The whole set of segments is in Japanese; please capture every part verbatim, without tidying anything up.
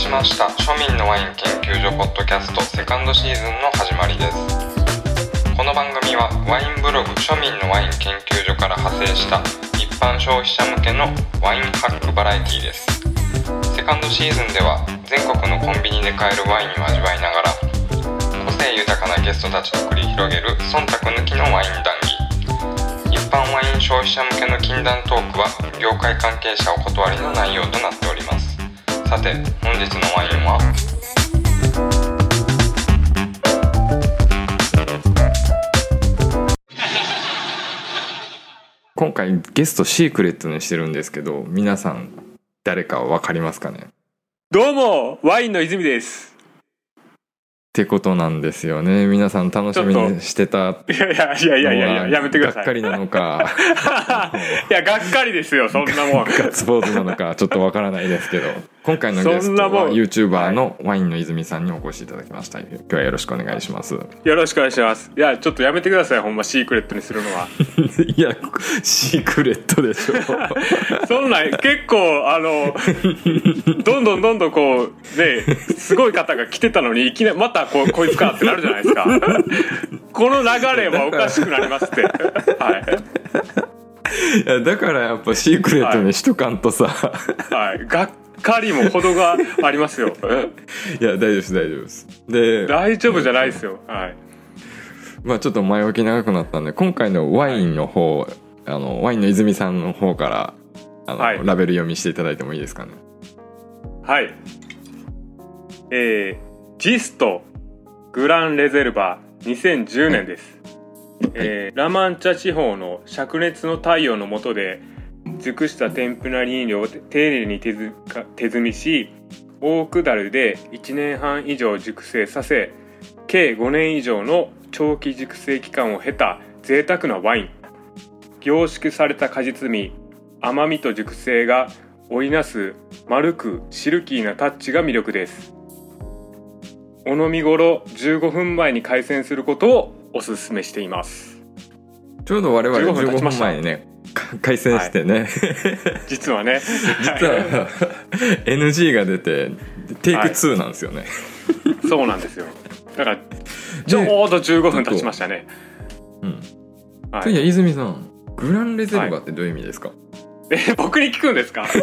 しました。庶民のワイン研究所ポッドキャストセカンドシーズンの始まりです。この番組はワインブログ庶民のワイン研究所から派生した一般消費者向けのワインハックバラエティです。セカンドシーズンでは全国のコンビニで買えるワインを味わいながら個性豊かなゲストたちと繰り広げる忖度抜きのワイン談義。一般ワイン消費者向けの禁断トークは業界関係者お断りの内容となっております。さて本日のワインは今回ゲストシークレットにしてるんですけど、皆さん誰か分かりますかね。 どうもワインの泉ですってことなんですよね。皆さん楽しみにしてた。 いやいやいやいやいやいややめてください。 がっかりなのかいやがっかりですよ、そんなもん。 ガッツポーズなのかちょっとわからないですけど、今回のゲストは YouTuber のワインの泉さんにお越しいただきました。今日はよろしくお願いします。 よろしくお願いします。いやちょっとやめてください、ほんまシークレットにするのは。 いやシークレットでしょそんな結構あのどんどんどんどんこうねすごい方が来てたのにいきなりまたこ, こいつかってなるじゃないですか。この流れはおかしくなりますって。はいいやだからやっぱシークレットにしとかんとさ、 はい、はい、がっかりも程がありますよ。 いや大丈夫です大丈夫です。で大丈夫じゃないですよ。はい。 まあちょっと前置き長くなったんで、今回のワインの方、はい、あのワインの泉さんの方からあの、はい、ラベル読みしていただいてもいいですかね。 はい。えー、ジストグランレゼルバーにせんじゅうねんです。はい、えー、ラマンチャ地方の灼熱の太陽の下で熟したテンプラリーニを丁寧に手ずか手摘みし、大下るでいちねんはん以上熟成させ、計ごねん以上の長期熟成期間を経た贅沢なワイン。凝縮された果実味、甘みと熟成が織りなす丸くシルキーなタッチが魅力です。お飲み頃じゅうごふんまえに開栓することをおすすめしています。 ちょうど我々じゅうごふんまえにね開栓してね、はい、 実はね実は エヌジー が出てテイクツーなんですよね、 はい、そうなんですよ。だからちょうどじゅうごふん経ちましたね。うん、 はい、いや泉さん、グランレゼルバってどういう意味ですか。はい、 え僕に聞くんですか。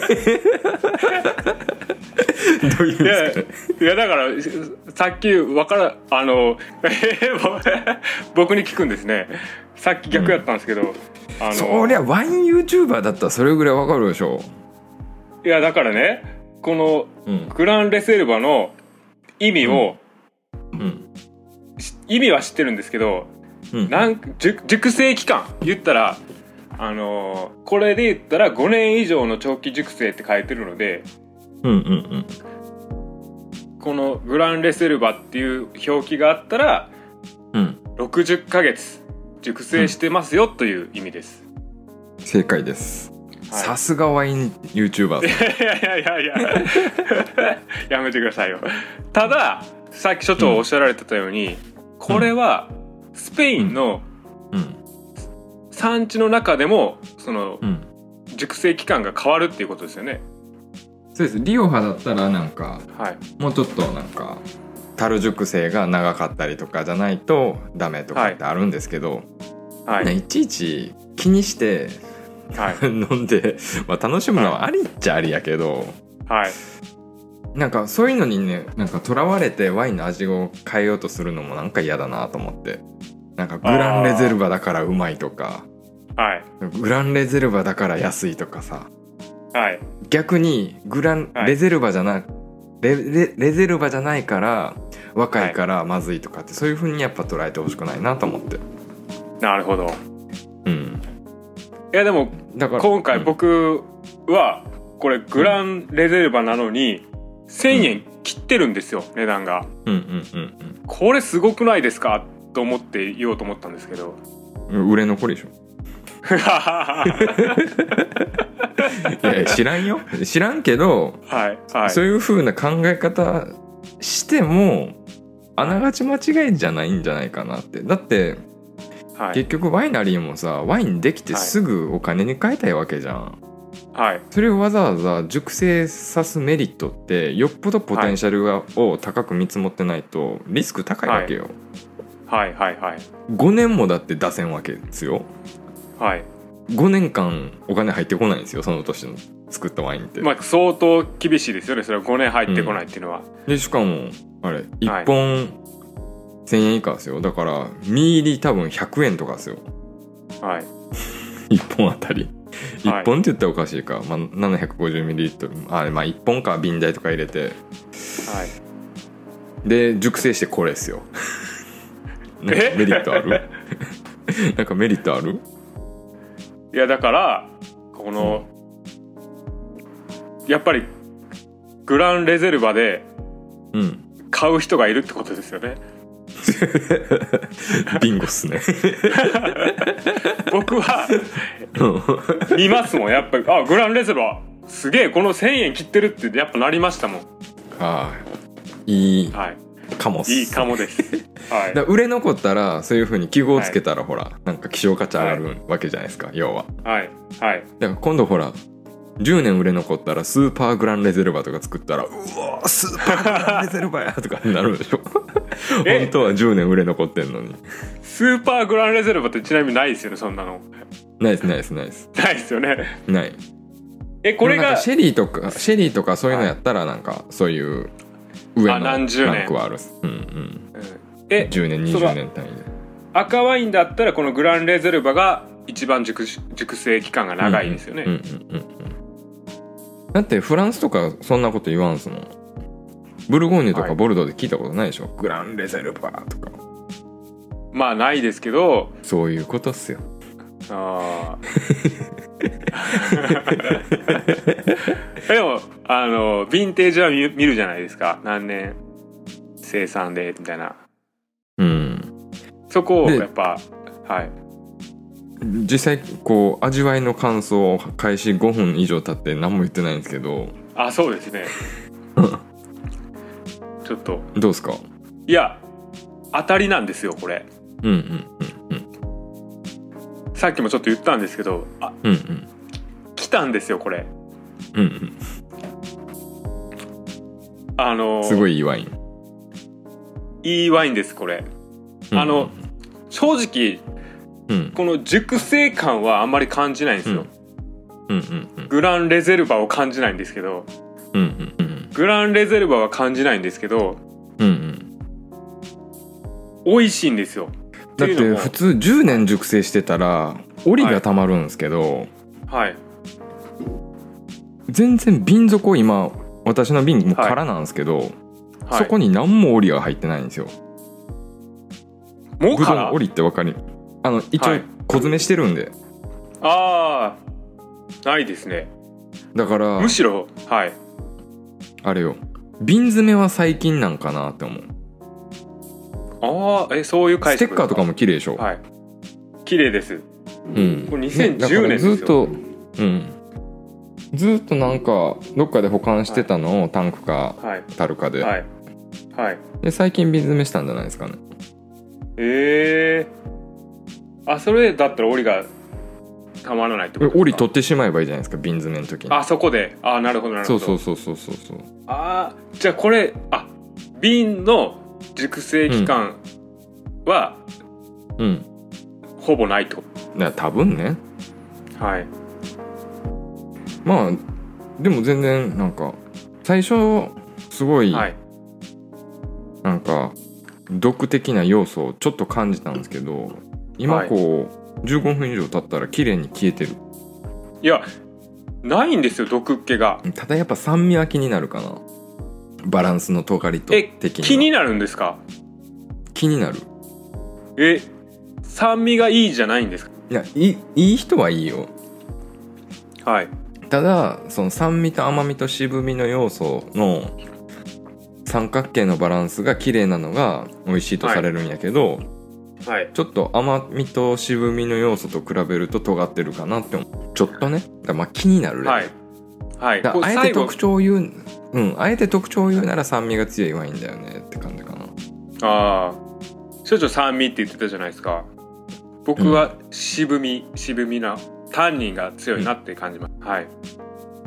どういう意味ですか、ね、 いや、いやだからさっきわからあの僕に聞くんですね。さっき逆やったんですけど、うん、 あのそりゃワイン YouTuber だったらそれぐらいわかるでしょ。 いやだからね、このグランレゼルバの意味を、うんうん、意味は知ってるんですけど、うん、なん熟成期間言ったらあのー、これで言ったらごねん以上の長期熟成って書いてるので、うんうんうん、このグランレセルバっていう表記があったら、うん、ろくじゅっかげつ熟成してますよという意味です。 うん、正解です。さすがワイン YouTuber さん。 いやいやいやいややめてくださいよ。たださっき所長おっしゃられてたように、うん、これはスペインの、うんうん産地の中でもその、うん、熟成期間が変わるっていうことですよね。 そうです。リオハだったらなんか、はい、もうちょっとなんか樽熟成が長かったりとかじゃないとダメとかってあるんですけど、はいはい、いちいち気にして、はい、飲んで、まあ、楽しむのはありっちゃありやけど、はい、なんかそういうのにねなんかとらわれてワインの味を変えようとするのもなんか嫌だなと思って。なんかグランレゼルバだからうまいとか、はい、グランレゼルバだから安いとかさ、はい、逆にグランレゼルバじゃな、はい、レ, レ, レゼルバじゃないから若いからまずいとかって、はい、そういう風にやっぱ捉えてほしくないなと思って。 なるほど。うん。いやでもだから今回僕はこれグランレゼルバなのにせんえん切ってるんですよ、うん、値段が。うんうんうんうん。これすごくないですかと思って言おうと思ったんですけど、 売れ残りでしょ。いや知らんよ知らんけど、はいはい、そういう風な考え方してもあながち間違いじゃないんじゃないかなって。だって、はい、結局ワイナリーもさワインできてすぐお金に変えたいわけじゃん。 はい、 それをわざわざ熟成さすメリットってよっぽどポテンシャルが、はい、を高く見積もってないとリスク高いわけよ、 はい、はいはいはいごねんもだって出せんわけですよ。 はいごねんかんお金入ってこないんですよその年の作ったワインって。 まあ相当厳しいですよねそれはごねん入ってこないっていうのは、 うん、でしかもあれいっぽんせんえん以下ですよ。だから身入り多分ひゃくえんとかですよ。 はいいっぽんあたりいっぽんって言ったらおかしいか、まあ、ななひゃくごじゅうミリリットル あまあいっぽんか瓶代とか入れて、 はい、 で熟成してこれですよなんかメリットあるなんかメリットある？ いやだからこの、うん、やっぱりグランレゼルバで買う人がいるってことですよね、 うん、ビンゴっすね僕は見ますもんやっぱり。あグランレゼルバすげえこのせんえん切ってるってやっぱなりましたもん。 ああいい、 はい、 かもっす。 いいかもです、はい、 だ売れ残ったらそういう風に記号をつけたら、はい、ほらなんか希少価値上がるわけじゃないですか、はい、要は。 はいはい。 だから今度ほらじゅうねん売れ残ったらスーパーグランレゼルバとか作ったらうわスーパーグランレゼルバやとかになるでしょ本当はじゅうねん売れ残ってんのに。 スーパーグランレゼルバってちなみにないですよねそんなの。 ないですないですないですないですよね。 ない。 えこれがシェリーとかシェリーとかそういうのやったらなんかそういう上のランクはある。うんうん、うん、えじゅうねんにじゅうねん単位で。 赤ワインだったらこのグランレゼルバが一番 熟, 熟成期間が長いんですよね。うんうんうんうん、 だってフランスとかそんなこと言わんすもん。ブルゴーニュとかボルドーで聞いたことないでしょ、はい、グランレゼルバーとか。 まあないですけどそういうことっすよ。 あでもあのヴィンテージは 見, 見るじゃないですか何年生産でみたいな。 うんそこをやっぱはい実際こう味わいの感想を開始ごふん以上経って何も言ってないんですけど。 あそうですねちょっとどうですか。 いや当たりなんですよこれ。 うんうんうんさっきもちょっと言ったんですけどあ、うんうん、来たんですよこれ。 うんうん、 あのー、 すごいいいワイン。 いいワインですこれ、うん、あの正直、うん、この熟成感はあんまり感じないんですよ、 うんうんうん、 グランレゼルバを感じないんですけど、うんうんうん、グランレゼルバは感じないんですけど、うんうん、美味しいんですよ。 だって普通じゅうねん熟成してたらオリがたまるんですけど、 はいはい、 全然瓶底今私の瓶も空なんですけど、はいはい、そこに何もオリが入ってないんですよ。 もう空？ ブドウのオリって分かりあの一応小詰めしてるんで、 はい、ああないですね。 だからむしろはいあれよ瓶詰めは最近なんかなって思う。 ああえそういう解釈。 ステッカーとかも綺麗でしょ。 はい綺麗です。 うん、 これにせんじゅうねんですよ。 ずっと、うん、ずっとなんかどっかで保管してたのをタンクかタルかで、 はいはい、 で最近瓶詰めしたんじゃないですかね。 えー、あそれだったらオリがたまらないってことですか。 オリ取ってしまえばいいじゃないですか瓶詰めの時に。 あそこであなるほどなるほど。 そうそうそうそうそう。 あじゃあこれあ瓶の熟成期間は、 うん、うん、 ほぼないってこと。 だ多分ね。 はい。 まあでも全然なんか最初すごい、はい、なんか毒的な要素をちょっと感じたんですけど今こう、はい、じゅうごふん以上経ったら綺麗に消えてる。 いやないんですよ毒っ気が。 ただやっぱ酸味は気になるかな。バランスのとがりと的に。 気になるんですか。 気になる。 え酸味がいいじゃないんですか。 いやいい、いい人はいいよ。 はい。 ただその酸味と甘みと渋みの要素の三角形のバランスが綺麗なのが美味しいとされるんやけど、 はい、 ちょっと甘みと渋みの要素と比べると尖ってるかなって思う。ちょっとね。だまあ気になるね。 はい。はい、 だあえて特徴を言う、うん、あえて特徴を言うなら酸味が強いワインだよねって感じかな。 ああ、少々酸味って言ってたじゃないですか。僕は渋み、うん、渋みなタンニンが強いなって感じます、うん、はい。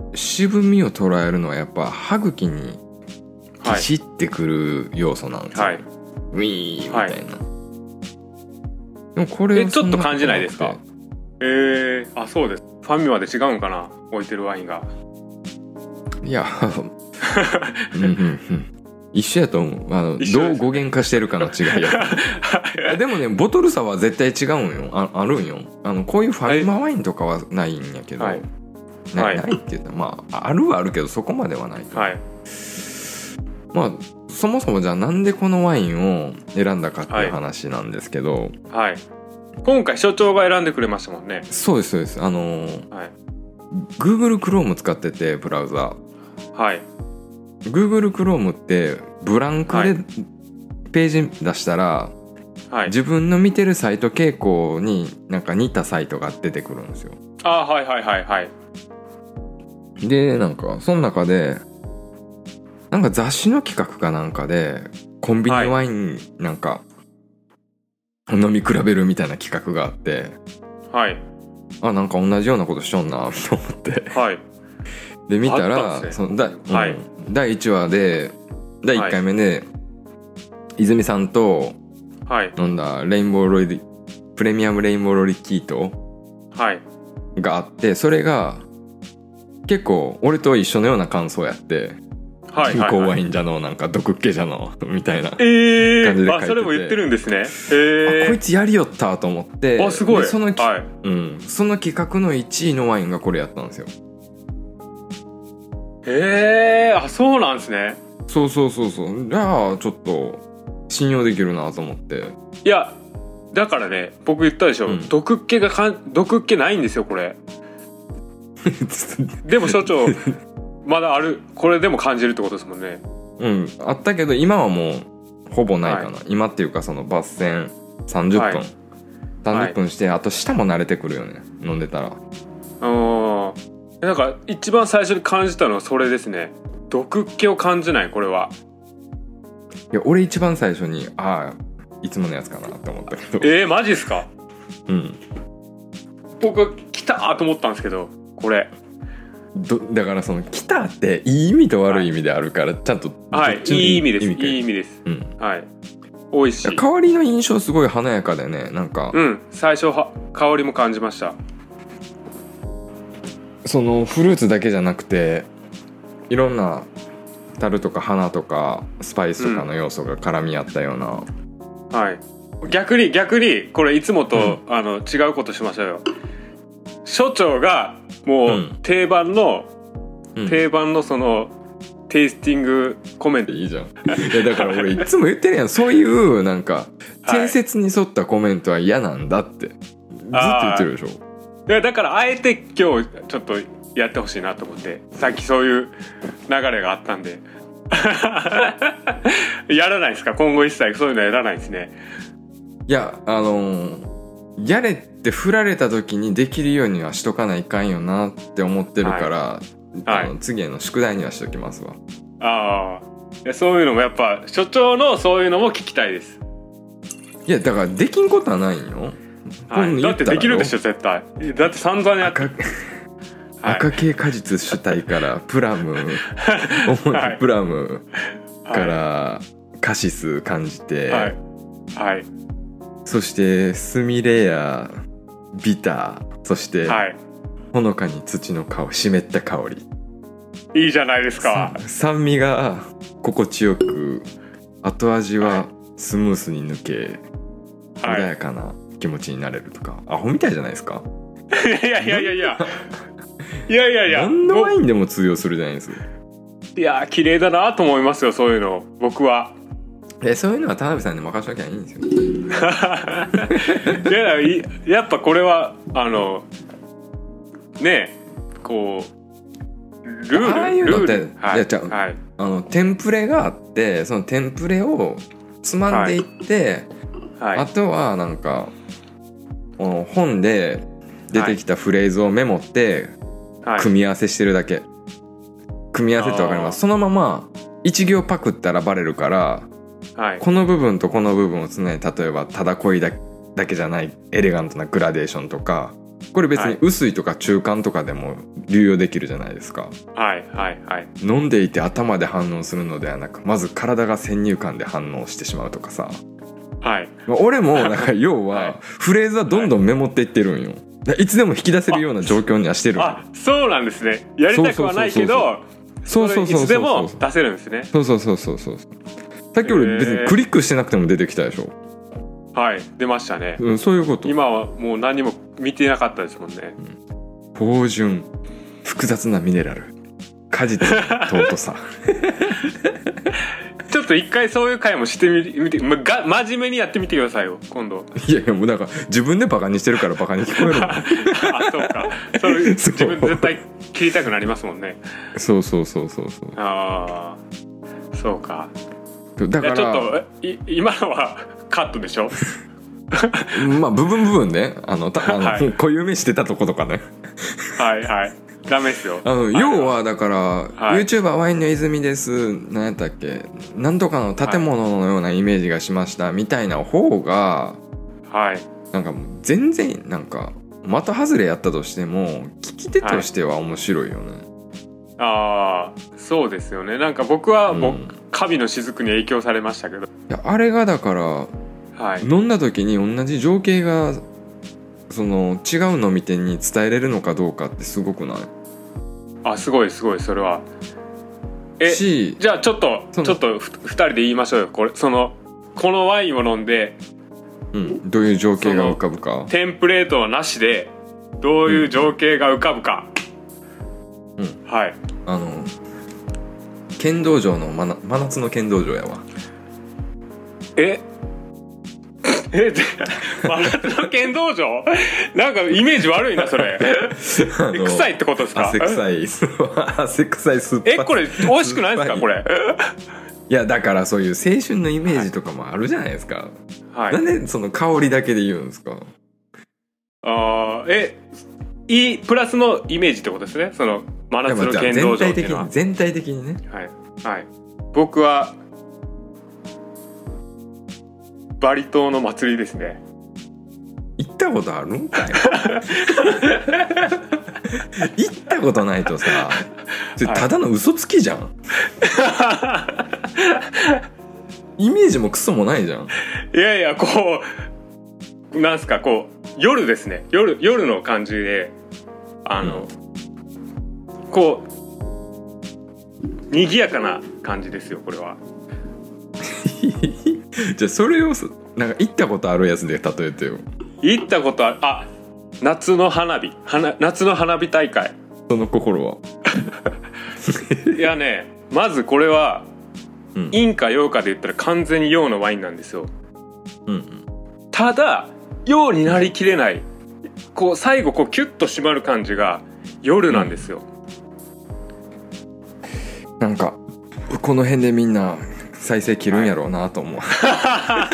渋みを捉えるのはやっぱ歯茎にギシってくる要素なんですよ、はい、ウィーみたいな、はい、でもこれえちょっと感じないですか？えー、あそうです。ファミマで違うんかな、置いてるワインが。 いやうんうんうん一緒やと思う。あのどう語源化してるかの違いやでもねボトル差は絶対違うんよ。 あ, あるんよ。あのこういうファミマワインとかはないんやけど、はい、な, ないって言ったらまああるはあるけどそこまではない、はい、まあそもそもじゃあなんでこのワインを選んだかっていう話なんですけど、はいはい、今回所長が選んでくれましたもんね。 そうですそうです。あのーはい、Google Chrome 使っててブラウザはい。Google Chrome ってブランクでページ出したら、はい、自分の見てるサイト傾向になんか似たサイトが出てくるんですよ。 あはいはいはいはい。 でなんかその中でなんか雑誌の企画かなんかでコンビニワインなんか飲み比べるみたいな企画があって、はい、あなんか同じようなことしとんなと思って、はい、で見たら、ね、そのだ、はいうん、だいいちわでだいいっかいめで、はい、泉さんと飲んだレインボーロリプレミアムレインボーロリキートがあって、それが結構俺と一緒のような感想やって、はい、健康ワインじゃのなんか毒っ気じゃのみたいな感じで書いてて、えー、 あそれも言ってるんですね、えー、 あこいつやりよったと思って、 あすごいその、 はいうん、その企画のいちいのワインがこれやったんですよ。 へえー、あそうなんですね。 そうそうそうそう。じゃあちょっと信用できるなと思って。 いやだからね僕言ったでしょ、うん、毒っ気がかん毒っ気ないんですよこれでも所長まだある。これでも感じるってことですもんね。 うんあったけど今はもうほぼないかな、はい、今っていうかその抜栓さんじゅっぷん、はい、さんじゅっぷんして、はい、あと舌も慣れてくるよね飲んでたら。 あなんか一番最初に感じたのはそれですね。毒っ気を感じない。これはいや俺一番最初にああいつものやつかなって思ったけどえー、マジっすか。 うん僕は来たと思ったんですけどこれどだからその来たっていい意味と悪い意味であるから、はい、ちゃんとはいいい意味ですいい意味です、うん、はい美味しい。 香りの印象すごい華やかでねなんかうん最初は香りも感じました。 そのフルーツだけじゃなくていろんな樽とか花とかスパイスとかの要素が絡み合ったような、 うん、はい逆に逆にこれいつもと、うん、あの違うことしましょうよ。所長がもう定番の、うん、定番のそのテイスティングコメントいいじゃん。いやだから俺いつも言ってるやんそういうなんか定説に沿ったコメントは嫌なんだってずっと言ってるでしょ。 いやだからあえて今日ちょっとやってほしいなと思ってさっきそういう流れがあったんでやらないですか今後一切そういうのやらないですね。 いやあのー、やれって振られた時にできるようにはしとかないかんよなって思ってるから、はい、あの次への宿題にはしときますわ。 ああそういうのもやっぱ所長のそういうのも聞きたいです。 いやだからできんことはないんよ、 はい、だってできるでしょ絶対。だって散々やって赤、 赤系果実主体からプラム主にプラムからカシス感じて、はいはい、そしてスミレやビターそして、はい、ほのかに土の香り湿った香りいいじゃないですか。 酸味が心地よく後味はスムースに抜け、はい、穏やかな気持ちになれるとかアホみたいじゃないですか。 いやいやいやいやいやいやいや何のワインでも通用するじゃないですか。 いや綺麗だなと思いますよそういうの僕は。 えそういうのは田辺さんに任せときゃいいんですよ。 いややっぱこれはあのねこうルールああいうのって、 はい、 いやちゃう、はい、あのテンプレがあってそのテンプレをつまんでいって、はい、あとはなんか本で出てきたフレーズをメモって組み合わせしてるだけ、はい、組み合わせって分かります。そのまま一行パクったらバレるから、はい、この部分とこの部分をつないで例えばただ恋だだけじゃないエレガントなグラデーションとか、 これ別に薄いとか中間とかでも流用できるじゃないですか。 はいはいはい。 飲んでいて頭で反応するのではなく、まず体が先入観で反応してしまうとかさ。 はい。 俺もなんか要はフレーズはどんどんメモっていってるんよ。いつでも引き出せるような状況にはしてる。 あ、そうなんですね。やりたくはないけど、 そうそうそうそう、いつでも出せるんですね。 そうそうそうそうそう。さっき俺別にクリックしてなくても出てきたでしょ。 はい、出ましたね、 うん、そういうこと。 今はもう何も見てなかったですもんね、 うん、芳醇、複雑なミネラル、果実、尊さちょっと一回そういう回もしてみて、ま、が真面目にやってみてくださいよ今度。 いやいや、もうだから自分でバカにしてるからバカに聞こえるあ、そうか、それ自分絶対切りたくなりますもんね。 そうそうそうそうそう。 ああ、そうか。 だからちょっとい今のはカットでしょまあ部分部分ね、あのたあの、はい、固有名してたとことかねはいはい、ダメですよ。 あの、はい、要はだから、 はい、 YouTuber ワインの泉です何やったっけ、なんとかの建物のようなイメージがしましたみたいな方が、 はい、 なんか全然なんか的外れやったとしても聞き手としては面白いよね、はい、 ああ、そうですよね。なんか僕は、うん、僕神の雫に影響されましたけど、いやあれがだから、はい、飲んだ時に同じ情景がその違う飲み手に伝えれるのかどうかってすごくない？ あ、すごいすごい、それは。え、じゃあちょっとちょっとふたりで言いましょうよ。これそのこのワインを飲んで、 うん、どういう情景が浮かぶか。 テンプレートはなしでどういう情景が浮かぶか。 うん、 はい。 あの剣道場の真真夏の剣道場やわ。 ええ真夏の剣道場なんかイメージ悪いなそれ臭いってことですか？ 汗臭い汗臭い酸っぱい。 え、これ美味しくないですかこれ？ いやだからそういう青春のイメージとかもあるじゃないですか、はい、なんでその香りだけで言うんですか？ あ、え、いいプラスのイメージってことですね、その真夏の剣道場っていうのは。 全体的に全体的にね、 はいはい、僕はバリ島の祭りですね。 行ったことあるんかい行ったことないとさ、ただの嘘つきじゃん、はい、イメージもクソもないじゃん。 いやいや、こうなんすか、こう夜ですね、夜夜の感じで、あの、うん、こう賑やかな感じですよこれは。 じゃあそれをなんか行ったことあるやつで例えてよ。 行ったことある、あ、夏の花火、花夏の花火大会。 その心は？ いやね、まずこれは、うん、陰か陽かで言ったら完全に陽のワインなんですよ、うんうん、ただ陽になりきれない、こう最後こうキュッと締まる感じが夜なんですよ、 うん、なんかこの辺でみんな再生切るんやろうなと思う、はい、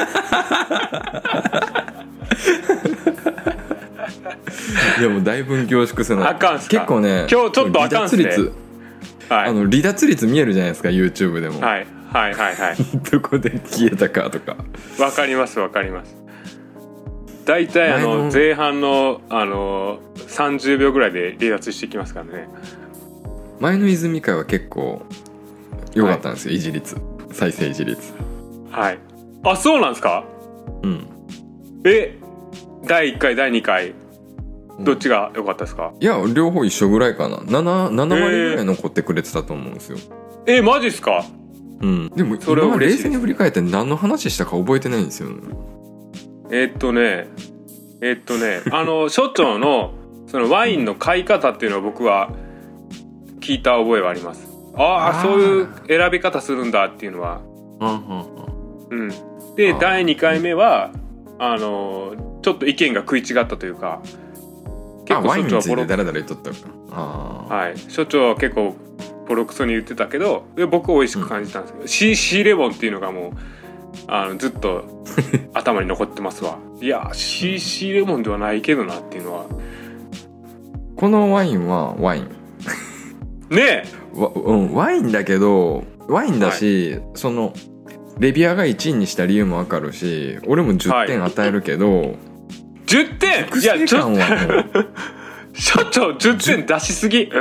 いやもうだいぶ凝縮するの。 あかんすか？ 結構ね、 今日ちょっとあかんすね。 離脱率、はい、あの離脱率見えるじゃないですか YouTube でも、 はいはいはいはいどこで消えたかとかわかりますわかります。だいたいあの前半のあのさんじゅうびょうぐらいで離脱してきますからね。 前の泉会は結構良かったんですよ、はい、維持率、再生維持率。 はい。あ、そうなんですか？ うん。 え、だいいっかいだいにかいどっちが良かったですか？ いや両方一緒ぐらいかな。 7, なな割ぐらい残ってくれてたと思うんですよ。 えー、えー、マジっすか？ うん。でもそれは冷静に振り返って何の話したか覚えてないんですよね。 えー、っとねえー、っとねあの所長のそのワインの買い方っていうのを僕は聞いた覚えはあります。ああ、そういう選び方するんだっていうのは、うんうん、でだいにかいめはあのちょっと意見が食い違ったというか、 結構所長はボロクソに言っとったか。 あ、はい、所長は結構ボロクソに言ってたけど僕は美味しく感じたんですけど、うん、シーシー レモンっていうのがもうあのずっと頭に残ってますわ。いや シーシー レモンではないけどなっていうのは。 このワインはワインねえ、 わ、うん、ワインだけどワインだし、はい、そのレビアがいちいにした理由もわかるし俺もじゅってん与えるけど、はい、 じゅってん熟成感はもう所長じゅってん出しすぎ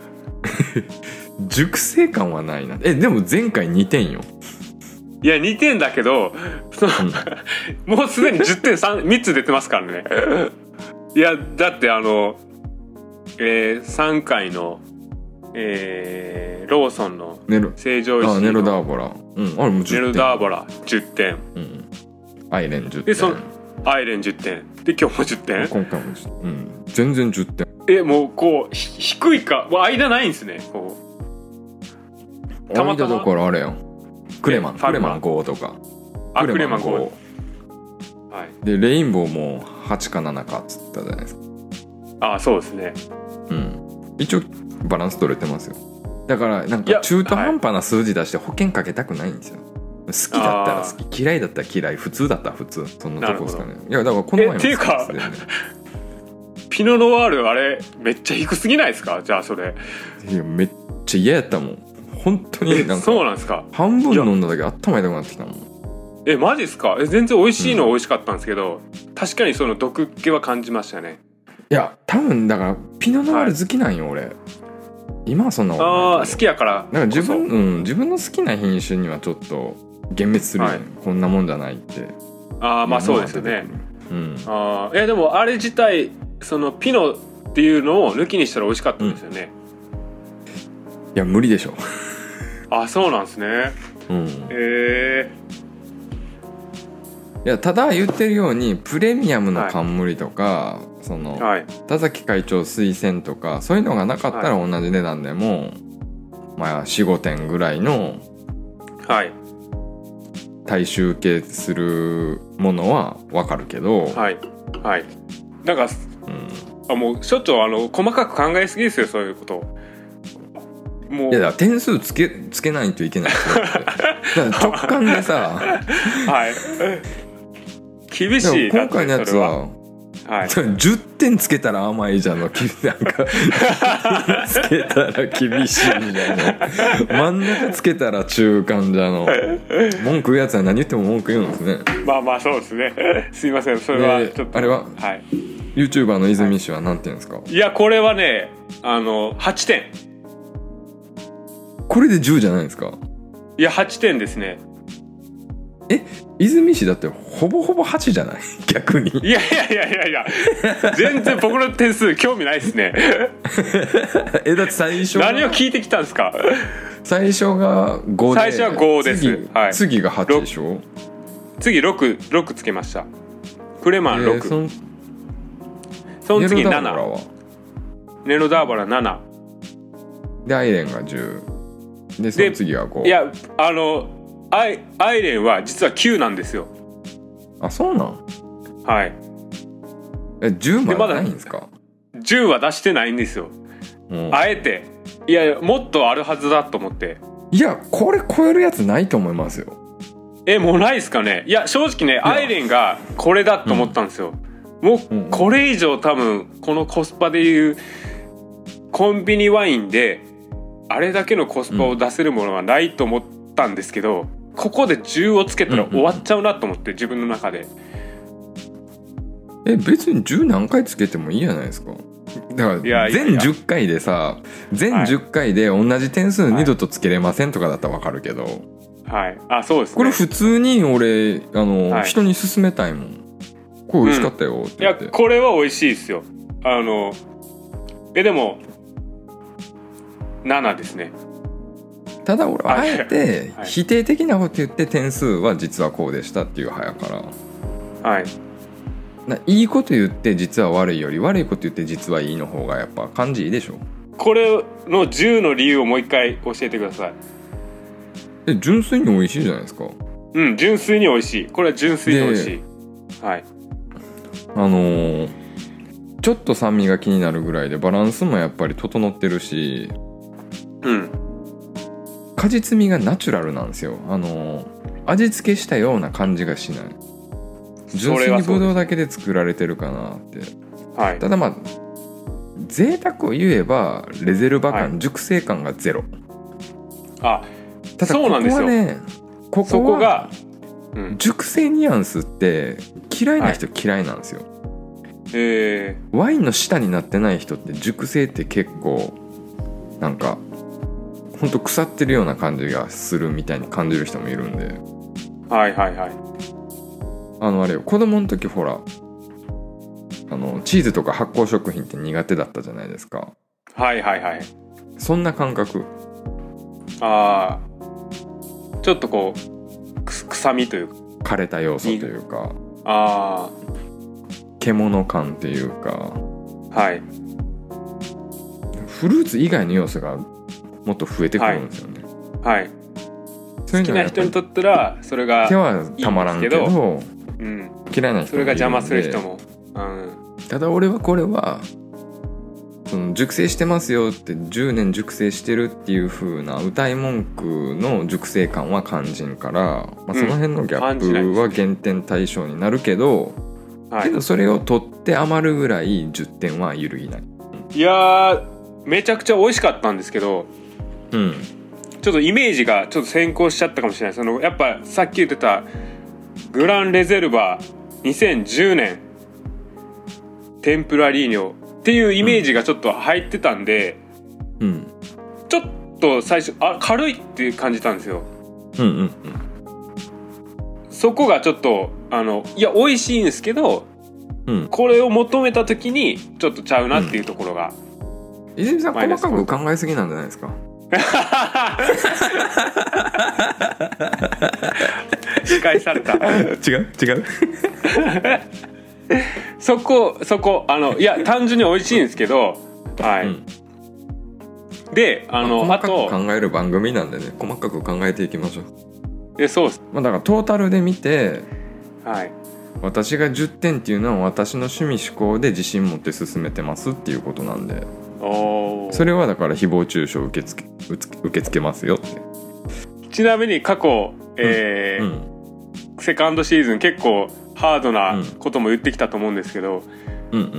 熟成感はないな。えでも前回にてんよ。 いやにてんだけどその、うん、もうすでにじゅってん 3, 3つ出てますからねいやだってあの、えー、さんかいの、えー、ローソンの成城石井のネロダーボラ、うん、あれもうじゅってん、 ネロダーボラじゅってん、 うん、アイレンじゅってんでそのアイレンじゅってんで今日もじゅってん、 今回も、うん、全然じゅってん。 えもうこう低いかもう間ないんですね。こうたまたまだからあれやんクレマンクレマンごとかあクレマンご、はい、 でレインボーもはちかななかっつったじゃないですか。 あそうですね。 うん一応バランス取れてますよ。だからなんか中途半端な数字出して保険かけたくないんですよ。好きだったら好き、嫌いだったら嫌い、普通だったら普通、そんなとこですかね。いやだからこの前もっていうかピノノワールあれめっちゃ低すぎないですか。じゃあそれいやめっちゃ嫌やったもん本当に。なんかそうなんですか。 半分飲んだだけ頭痛くなってきたもん。 えマジですか。え全然美味しいのは美味しかったんですけど、うん、確かにその毒気は感じましたね。 いや多分だからピノノワール好きなんよ、はい、俺今はそんなああ好きやからだから自分、うん、自分の好きな品種にはちょっと幻滅するよね、はい、こんなもんじゃないって。 ああまあそうですよね、 うん、 あえでもあれ自体そのピノっていうのを抜きにしたら美味しかったんですよね、 うん、いや無理でしょあそうなんですね、うん、えー、いやただ言ってるようにプレミアムの冠とか、はい、その、はい、田崎会長推薦とかそういうのがなかったら同じ値段でも、はい、まあ よん,ご 点ぐらいのはい大衆受けするものは分かるけど、 はいはいなんか、うん、あもう所長あの細かく考えすぎですよそういうこと。 もういやだから点数つけつけないといけないだ直感でさはい厳しい。 今回のやつははい、じゅってんつけたら甘いじゃんのなんかつけたら厳しいじゃん真ん中つけたら中間じゃの文句言うやつは何言っても文句言うんですね。 まあまあそうですねすいませんそれはちょっとあれは、はい、YouTuber の泉氏は何て言うんですか。 いやこれはねあのはちてん。 これでじゅうじゃないですか。 いやはちてんですね。 え泉氏だってほぼほぼはちじゃない逆に。 いやいやいやいやいや全然僕の点数興味ないですねえだって最初何を聞いてきたんですか。 最初がごで最初はごです。 次、はい、次がはちでしょ。 次ろく、ろくつけました。クレマンろく、えー、そ, その次ななネロダーバラななでアイレンがじゅうでその次はご。 いやあのアイ, アイレンは実はきゅうなんですよ。 あそうなん。 はいえじゅうまでないんですか。 じゅうは出してないんですよ、うん、あえて。いやもっとあるはずだと思って。いやこれ超えるやつないと思いますよ。 えもうないですかね。いや正直ねアイレンがこれだと思ったんですよ、うん、もうこれ以上多分このコスパでいうコンビニワインであれだけのコスパを出せるものはないと思ったんですけど、うんここでじゅうをつけたら終わっちゃうなと思って、自分の中で。 え別にじゅう何回つけてもいいじゃないですか。だから全じゅっかいでさ全じゅっかいで同じ点数二度とつけれませんとかだったら分かるけど、 はい、あそうですね。 これ普通に俺あの、はい、人に勧めたいもん。これ美味しかったよって言って、 うん、いやこれは美味しいですよ。あのえでもななですね。 ただ俺はあえて否定的なこと言って点数は実はこうでしたっていう派やから、 はい、 いいこと言って実は悪いより悪いこと言って実はいいの方がやっぱ感じいいでしょ。 これのじゅうの理由をもう一回教えてください。 え純粋に美味しいじゃないですか。 うん純粋に美味しい。これは純粋に美味しい。はい。 あのー、ちょっと酸味が気になるぐらいでバランスもやっぱり整ってるし、 うん果実味がナチュラルなんですよ。あの味付けしたような感じがしない。純粋にブドウだけで作られてるかなって、はい、ただまあ贅沢を言えばレゼルバ感、はい、熟成感がゼロ。 あただここはねここはが、 うん、熟成ニュアンスって嫌いな人嫌いなんですよ、 えー、ワインの舌になってない人って熟成って結構なんかほんと腐ってるような感じがするみたいに感じる人もいるんで。 はいはいはい。 あのあれよ、子供の時ほらあのチーズとか発酵食品って苦手だったじゃないですか。 はいはいはい。 そんな感覚。 ああ、ちょっとこうく臭みというか枯れた要素というか、 ああ、 獣感っていうか、 はい、 フルーツ以外の要素がもっと増えてくるんですよね。 はい、はい、好きな人にとったらそれがいいんですけど、手はたまらんけど、うん、嫌いな人もいるんでそれが邪魔する人も、うん、 ただ俺はこれはその熟成してますよってじゅうねん熟成してるっていう風な歌い文句の熟成感は感じんから、まあ、その辺のギャップは減点対象になるけど、うん、けどそれを取って余るぐらいじゅってんは揺るぎない。 いやーめちゃくちゃ美味しかったんですけど、うん、ちょっとイメージがちょっと先行しちゃったかもしれない。そのやっぱさっき言ってたグランレゼルバーにせんじゅうねんテンプラリーニョっていうイメージがちょっと入ってたんで、うん、ちょっと最初あ軽いって感じたんですよ、うんうんうん、そこがちょっとあのいや美味しいんですけど、うん、これを求めた時にちょっとちゃうなっていうところが、 うん、泉さん細かく考えすぎなんじゃないですか。 仕返された。 違う違うそこそこあのいや単純に美味しいんですけど、はい、うん、であの、 まあ、細かく考える番組なんでね、細かく考えていきましょう。 えそうです、 まあ、だからトータルで見て、 はい、 私がじゅってんっていうのは私の趣味思考で自信持って進めてますっていうことなんで、おそれはだから誹謗中傷受け付け、受け付けますよって。 ちなみに過去、えーうんうん、セカンドシーズン結構ハードなことも言ってきたと思うんですけど、うんうんうん、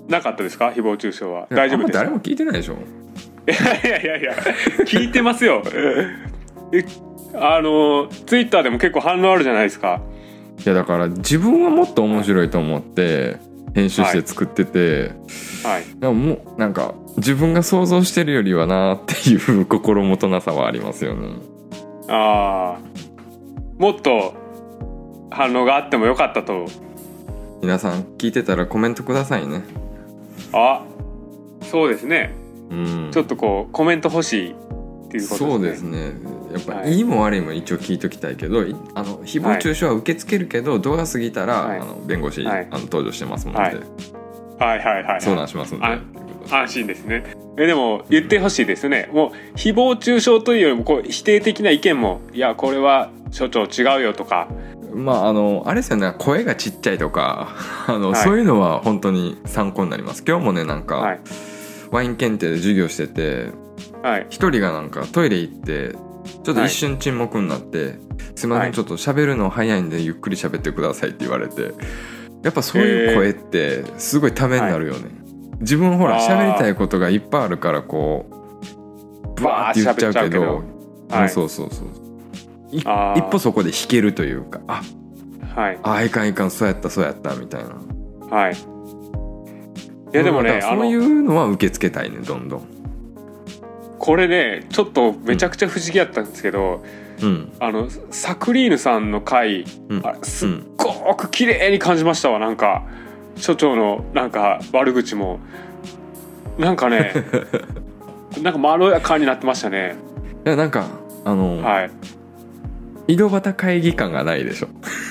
なかったですか誹謗中傷は。大丈夫ですか。 誰も聞いてないでしょ。 いやいやいやいや聞いてますよ。あのツイッターでも結構反応あるじゃないですか。 いやだから自分はもっと面白いと思って編集して作ってて、はいはい、でももうなんか自分が想像してるよりはなっていう心もとなさはありますよね。 ああ、もっと反応があってもよかったと。 皆さん聞いてたらコメントくださいね。 あ、そうですね、うん、ちょっとこうコメント欲しいっていうことですね。 そうですね、やっぱ、はい、いいも悪いも一応聞いときたいけど、あの誹謗中傷は受け付けるけど、はい、度が過ぎたら、はい、あの弁護士、はい、あの登場してますので、はい、はいはいはい相談しますので、 安心ですね。えでも言ってほしいですね、うん、もう誹謗中傷というよりもこう否定的な意見も、いやこれは所長違うよとか、 まああのあれですよね、声がちっちゃいとかあの、はい、そういうのは本当に参考になります。今日もねなんか、はい、ワイン検定で授業してて、はい、一人がなんかトイレ行ってちょっと一瞬沈黙になって、はい、すいませんちょっと喋るの早いんでゆっくり喋ってくださいって言われて、やっぱそういう声ってすごいためになるよね、はい、自分ほら喋りたいことがいっぱいあるからこうブワーって言っちゃうけど、はい、そうそうそう一歩そこで引けるというか、あ、はい、あいかんいかんそうやったそうやったみたいな、はい、いやでもねそういうのは受け付けたいね、どんどん。 これねちょっとめちゃくちゃ不思議やったんですけど、うん、あのサクリーヌさんの回、うん、あすっごく綺麗に感じましたわ。なんか所長のなんか悪口もなんかねなんかまろやかになってましたね。 いやなんかあの、はい、井戸端会議感がないでしょ。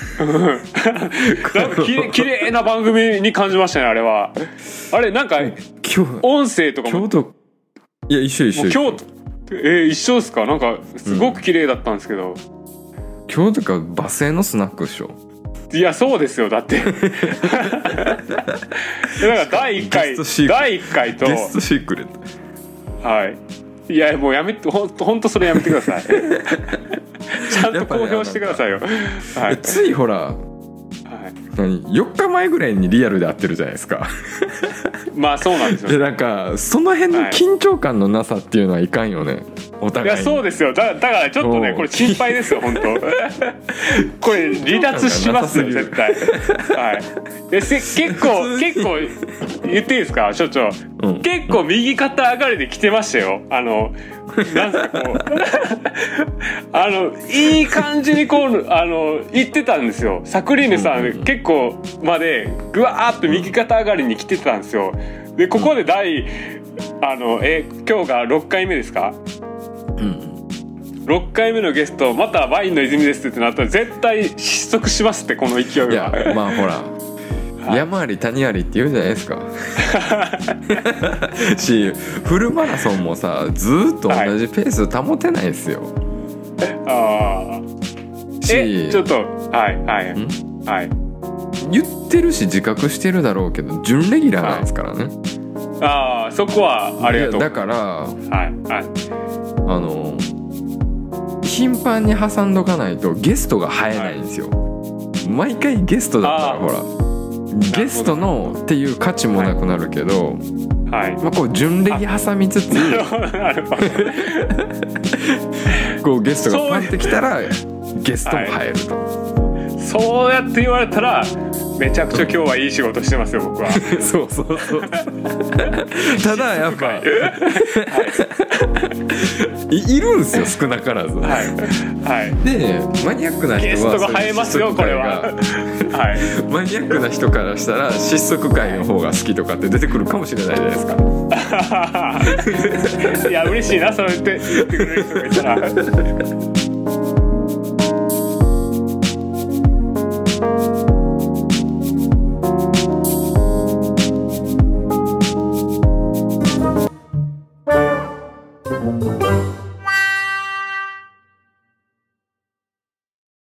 なんかき綺麗な番組に感じましたね、あれは。あれなんか音声とかも京都、いや一緒一緒京都、えー、一緒ですか。なんかすごく綺麗だったんですけど、うん、 京都かバスへのスナックでしょ。 いやそうですよ、だってなんかだいいっかいだいいっかいとゲストシークレット、はい、いやもうやめて、ほんとほんとそれやめてください。ちゃんと公表してくださいよ、 はい、ついほら、は何よっかまえぐらいにリアルで会ってるじゃないですかまあそうなんですよ。 でなんかその辺の緊張感のなさっていうのはいかんよね、お互いに。 いやそうですよ。だ, だからちょっとねこれ心配ですよ本当これ離脱しますよ絶対はいでせ結構結構言っていいですか所長、うん、結構右肩上がりで来てましたよ。あのなんすかこうあのいい感じにこうあの言ってたんですよ。サクリーヌさん、うんうんうん、結構までぐわーっと右肩上がりに来てたんですよ。でここで第あのえ今日がろっかいめですか、うん、ろっかいめのゲストまたワインの泉ですってなったら絶対失速しますってこの勢いが。 いやまあほら山あり谷ありって言うじゃないですかしフルマラソンもさずっと同じペース保てないですよ、 はい、あえちょっとはいはいはい言ってるし自覚してるだろうけど準レギュラーなんですからね、 はい、ああそこはありがとう。 だからはいはいあの頻繁に挟んどかないとゲストが生えないんですよ、はい、毎回ゲストだったらほらゲストのっていう価値もなくなるけど、はいまあ、こう準レギ挟みつつこうゲストがパンってきたらゲストも入ると、 はい、そうやって言われたらめちゃくちゃ今日はいい仕事してますよ僕はそうそうそうただやっぱ、はい、い, いるんですよ少なからず、はいはい、でマニアックな人はゲストが生えますよこれは、はい、 マニアックな人からしたら失速回の方が好きとかって出てくるかもしれないじゃないですかいや嬉しいなそう言って言ってくれる人がいたら